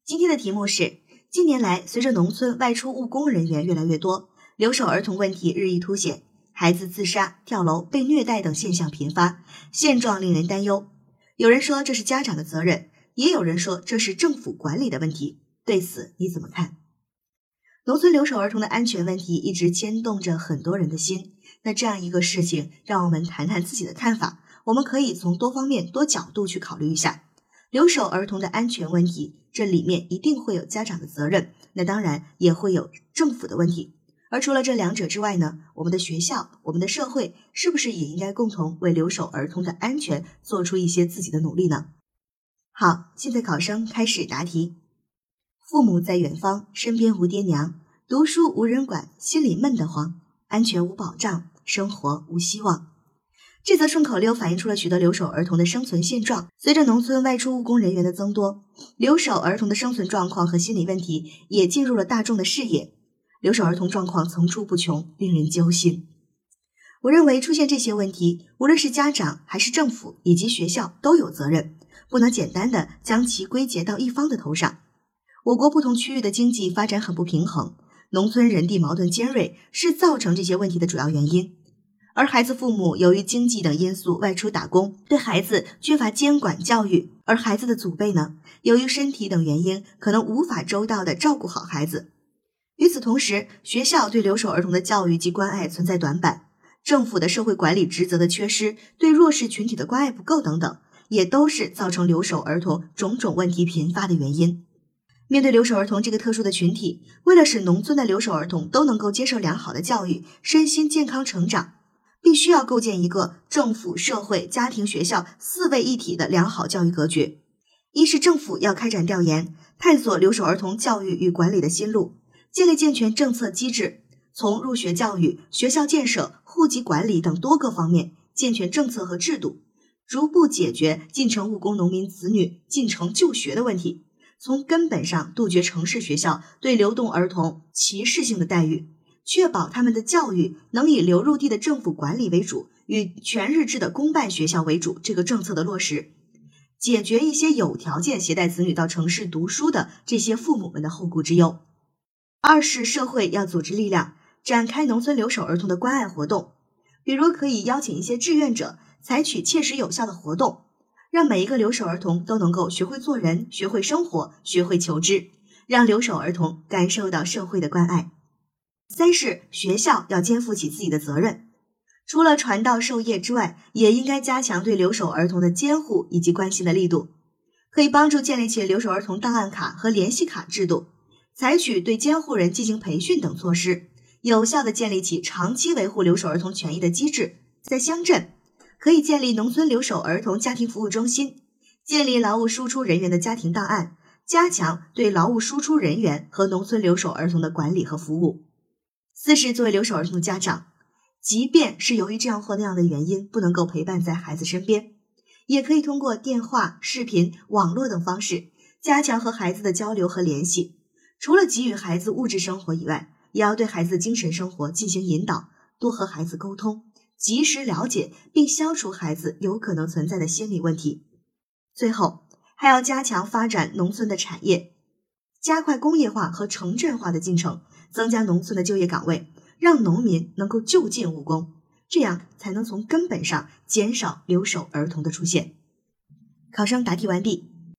今天的题目是：近年来，随着农村外出务工人员越来越多，留守儿童问题日益凸显，孩子自杀、跳楼、被虐待等现象频发，现状令人担忧。有人说这是家长的责任，也有人说这是政府管理的问题。对此你怎么看？农村留守儿童的安全问题一直牵动着很多人的心。那这样一个事情，让我们谈谈自己的看法。我们可以从多方面、多角度去考虑一下。留守儿童的安全问题，这里面一定会有家长的责任，那当然也会有政府的问题。而除了这两者之外呢，我们的学校、我们的社会是不是也应该共同为留守儿童的安全做出一些自己的努力呢？好，现在考生开始答题。父母在远方，身边无爹娘，读书无人管，心里闷得慌，安全无保障，生活无希望。这则顺口溜反映出了许多留守儿童的生存现状。随着农村外出务工人员的增多，留守儿童的生存状况和心理问题也进入了大众的视野。留守儿童状况层出不穷，令人揪心。我认为出现这些问题，无论是家长还是政府以及学校都有责任，不能简单的将其归结到一方的头上。我国不同区域的经济发展很不平衡，农村人地矛盾尖锐是造成这些问题的主要原因。而孩子父母由于经济等因素外出打工，对孩子缺乏监管教育，而孩子的祖辈呢，由于身体等原因，可能无法周到地照顾好孩子。与此同时，学校对留守儿童的教育及关爱存在短板，政府的社会管理职责的缺失，对弱势群体的关爱不够等等，也都是造成留守儿童种种问题频发的原因。面对留守儿童这个特殊的群体，为了使农村的留守儿童都能够接受良好的教育，身心健康成长，必须要构建一个政府、社会、家庭、学校四位一体的良好教育格局。一是政府要开展调研，探索留守儿童教育与管理的新路，建立健全政策机制，从入学教育、学校建设、户籍管理等多个方面健全政策和制度，逐步解决进城务工农民子女进城就学的问题，从根本上杜绝城市学校对流动儿童歧视性的待遇，确保他们的教育能以流入地的政府管理为主，与全日制的公办学校为主这个政策的落实，解决一些有条件携带子女到城市读书的这些父母们的后顾之忧。二是社会要组织力量，展开农村留守儿童的关爱活动，比如可以邀请一些志愿者，采取切实有效的活动，让每一个留守儿童都能够学会做人，学会生活，学会求知，让留守儿童感受到社会的关爱。三是学校要肩负起自己的责任，除了传道授业之外，也应该加强对留守儿童的监护以及关心的力度，可以帮助建立起留守儿童档案卡和联系卡制度，采取对监护人进行培训等措施，有效地建立起长期维护留守儿童权益的机制。在乡镇，可以建立农村留守儿童家庭服务中心，建立劳务输出人员的家庭档案，加强对劳务输出人员和农村留守儿童的管理和服务。四是作为留守儿童的家长，即便是由于这样或那样的原因不能够陪伴在孩子身边，也可以通过电话、视频、网络等方式加强和孩子的交流和联系。除了给予孩子物质生活以外，也要对孩子的精神生活进行引导，多和孩子沟通，及时了解并消除孩子有可能存在的心理问题。最后，还要加强发展农村的产业，加快工业化和城镇化的进程，增加农村的就业岗位，让农民能够就近务工，这样才能从根本上减少留守儿童的出现。考生答题完毕。